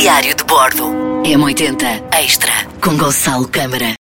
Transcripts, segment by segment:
Diário de Bordo. M80 Extra com Gonçalo Câmara.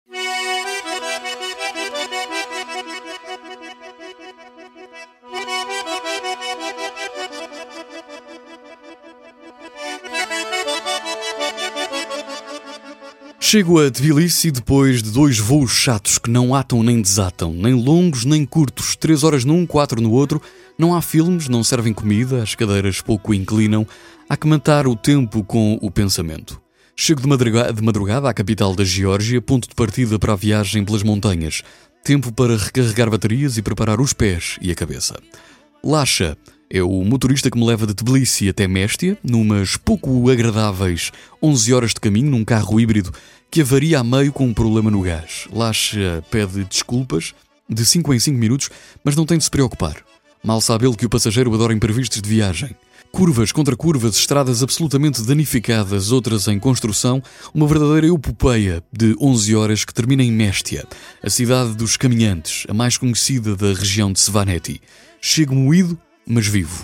Chego a Tbilisi depois de 2 voos chatos que não atam nem desatam, nem longos nem curtos, 3 horas num, 4 no outro. Não há filmes, não servem comida, as cadeiras pouco inclinam. Há que matar o tempo com o pensamento. Chego de madrugada à capital da Geórgia, ponto de partida para a viagem pelas montanhas. Tempo para recarregar baterias e preparar os pés e a cabeça. Lasha é o motorista que me leva de Tbilisi até Mestia, numas pouco agradáveis 11 horas de caminho num carro híbrido que avaria a meio com um problema no gás. Lasha pede desculpas de 5 em 5 minutos, mas não tem de se preocupar. Mal sabe ele que o passageiro adora imprevistos de viagem. Curvas contra curvas, estradas absolutamente danificadas, outras em construção, uma verdadeira epopeia de 11 horas que termina em Mestia, a cidade dos caminhantes, a mais conhecida da região de Svaneti. Chego moído, mas vivo.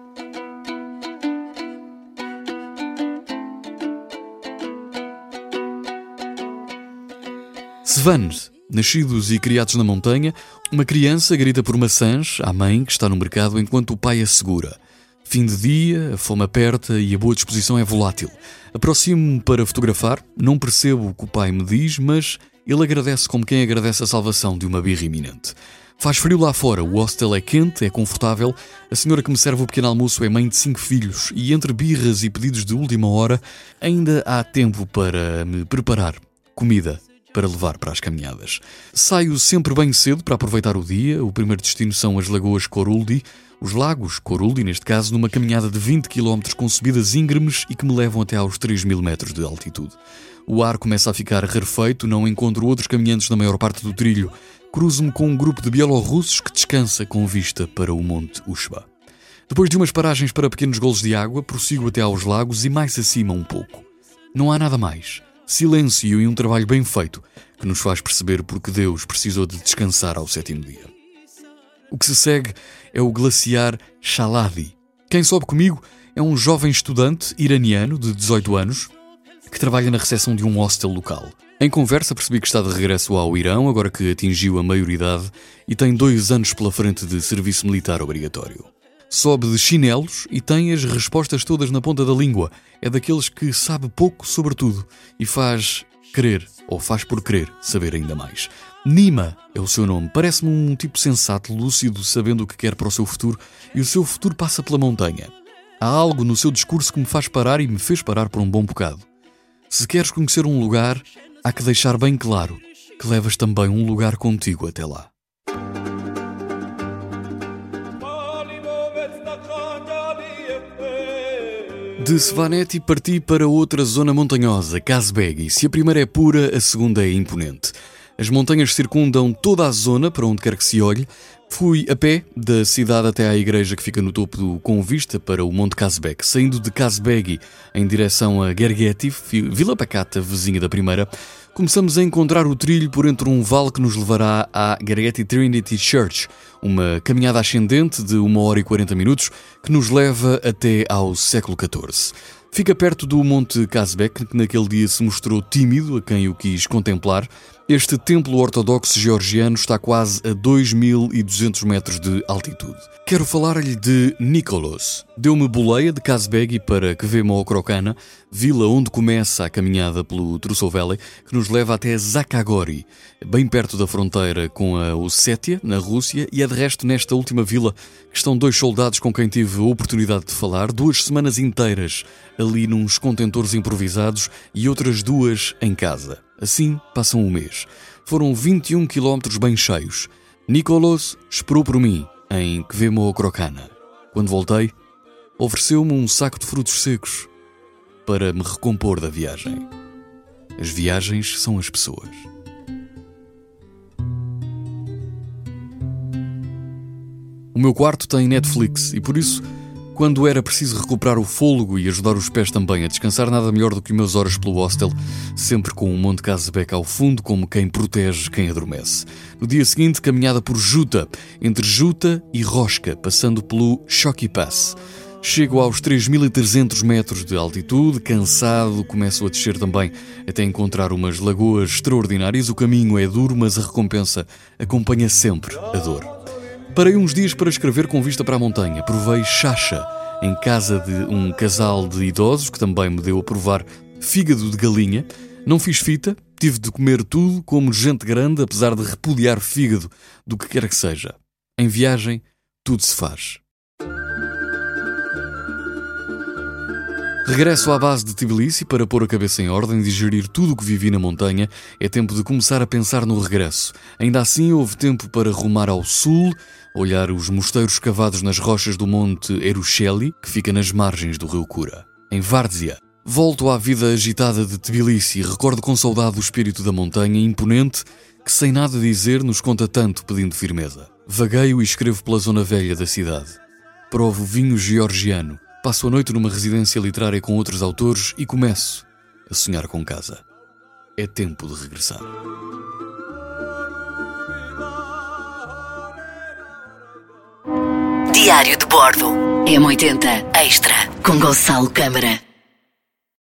Svanes, nascidos e criados na montanha, uma criança grita por maçãs à mãe que está no mercado enquanto o pai a segura. Fim de dia, a fome aperta e a boa disposição é volátil. Aproximo-me para fotografar, não percebo o que o pai me diz, mas ele agradece como quem agradece a salvação de uma birra iminente. Faz frio lá fora, o hostel é quente, é confortável, a senhora que me serve o pequeno almoço é mãe de 5 filhos e entre birras e pedidos de última hora ainda há tempo para me preparar comida para levar para as caminhadas. Saio sempre bem cedo para aproveitar o dia. O primeiro destino são as Lagoas Coruldi, os Lagos Coruldi, neste caso, numa caminhada de 20 km com subidas íngremes e que me levam até aos 3.000 metros de altitude. O ar começa a ficar rarefeito, não encontro outros caminhantes na maior parte do trilho. Cruzo-me com um grupo de bielorrussos que descansa com vista para o Monte Ushba. Depois de umas paragens para pequenos golos de água, prossigo até aos lagos e mais acima um pouco. Não há nada mais. Silêncio e um trabalho bem feito que nos faz perceber porque Deus precisou de descansar ao 7º dia. O que se segue é o glaciar Shaladi. Quem sobe comigo é um jovem estudante iraniano de 18 anos que trabalha na recepção de um hostel local. Em conversa percebi que está de regresso ao Irão, agora que atingiu a maioridade e tem 2 anos pela frente de serviço militar obrigatório. Sobe de chinelos e tem as respostas todas na ponta da língua. É daqueles que sabe pouco sobre tudo e faz querer, ou faz por querer, saber ainda mais. Nima é o seu nome. Parece-me um tipo sensato, lúcido, sabendo o que quer para o seu futuro, e o seu futuro passa pela montanha. Há algo no seu discurso que me faz parar e me fez parar por um bom bocado. Se queres conhecer um lugar, há que deixar bem claro que levas também um lugar contigo até lá. De Svaneti parti para outra zona montanhosa, Kazbegi. Se a primeira é pura, a segunda é imponente. As montanhas circundam toda a zona, para onde quer que se olhe. Fui a pé da cidade até à igreja que fica no topo com vista para o Monte Kazbek. Saindo de Kazbegi em direção a Gergeti, vila pacata vizinha da primeira, começamos a encontrar o trilho por entre um vale que nos levará à Gergeti Trinity Church, uma caminhada ascendente de 1 hora e 40 minutos que nos leva até ao século XIV. Fica perto do Monte Kazbek, que naquele dia se mostrou tímido a quem o quis contemplar. Este templo ortodoxo georgiano está quase a 2.200 metros de altitude. Quero falar-lhe de Nikolos. Deu-me boleia de Kazbegi para Kvemo-Okrokana, vila onde começa a caminhada pelo Trusov Valley, que nos leva até Zakagori, bem perto da fronteira com a Ossétia, na Rússia, e é de resto nesta última vila que estão 2 soldados com quem tive a oportunidade de falar, 2 semanas inteiras ali nos contentores improvisados e outras 2 em casa. Assim passam um mês. Foram 21 km bem cheios. Nikolos esperou por mim em Kvemo-Okrokana. Quando voltei, ofereceu-me um saco de frutos secos para me recompor da viagem. As viagens são as pessoas. O meu quarto tem Netflix e por isso, quando era preciso recuperar o fôlego e ajudar os pés também a descansar, nada melhor do que umas horas pelo hostel, sempre com o Monte Kazbek ao fundo, como quem protege quem adormece. No dia seguinte, caminhada por Juta, entre Juta e Rosca, passando pelo Shoki Pass. Chego aos 3.300 metros de altitude, cansado, começo a descer também até encontrar umas lagoas extraordinárias. O caminho é duro, mas a recompensa acompanha sempre a dor. Parei uns dias para escrever com vista para a montanha. Provei chacha em casa de um casal de idosos que também me deu a provar fígado de galinha. Não fiz fita, tive de comer tudo como gente grande, apesar de repudiar fígado do que quer que seja. Em viagem, tudo se faz. Regresso à base de Tbilisi para pôr a cabeça em ordem, digerir tudo o que vivi na montanha. É tempo de começar a pensar no regresso. Ainda assim, houve tempo para rumar ao sul, olhar os mosteiros cavados nas rochas do monte Erusheli, que fica nas margens do rio Kura. Em Várzea, volto à vida agitada de Tbilisi e recordo com saudade o espírito da montanha, imponente, que sem nada dizer nos conta tanto pedindo firmeza. Vagueio e escrevo pela zona velha da cidade. Provo vinho georgiano. Passo a noite numa residência literária com outros autores e começo a sonhar com casa. É tempo de regressar. Diário de Bordo. M80 Extra com Gonçalo Câmara.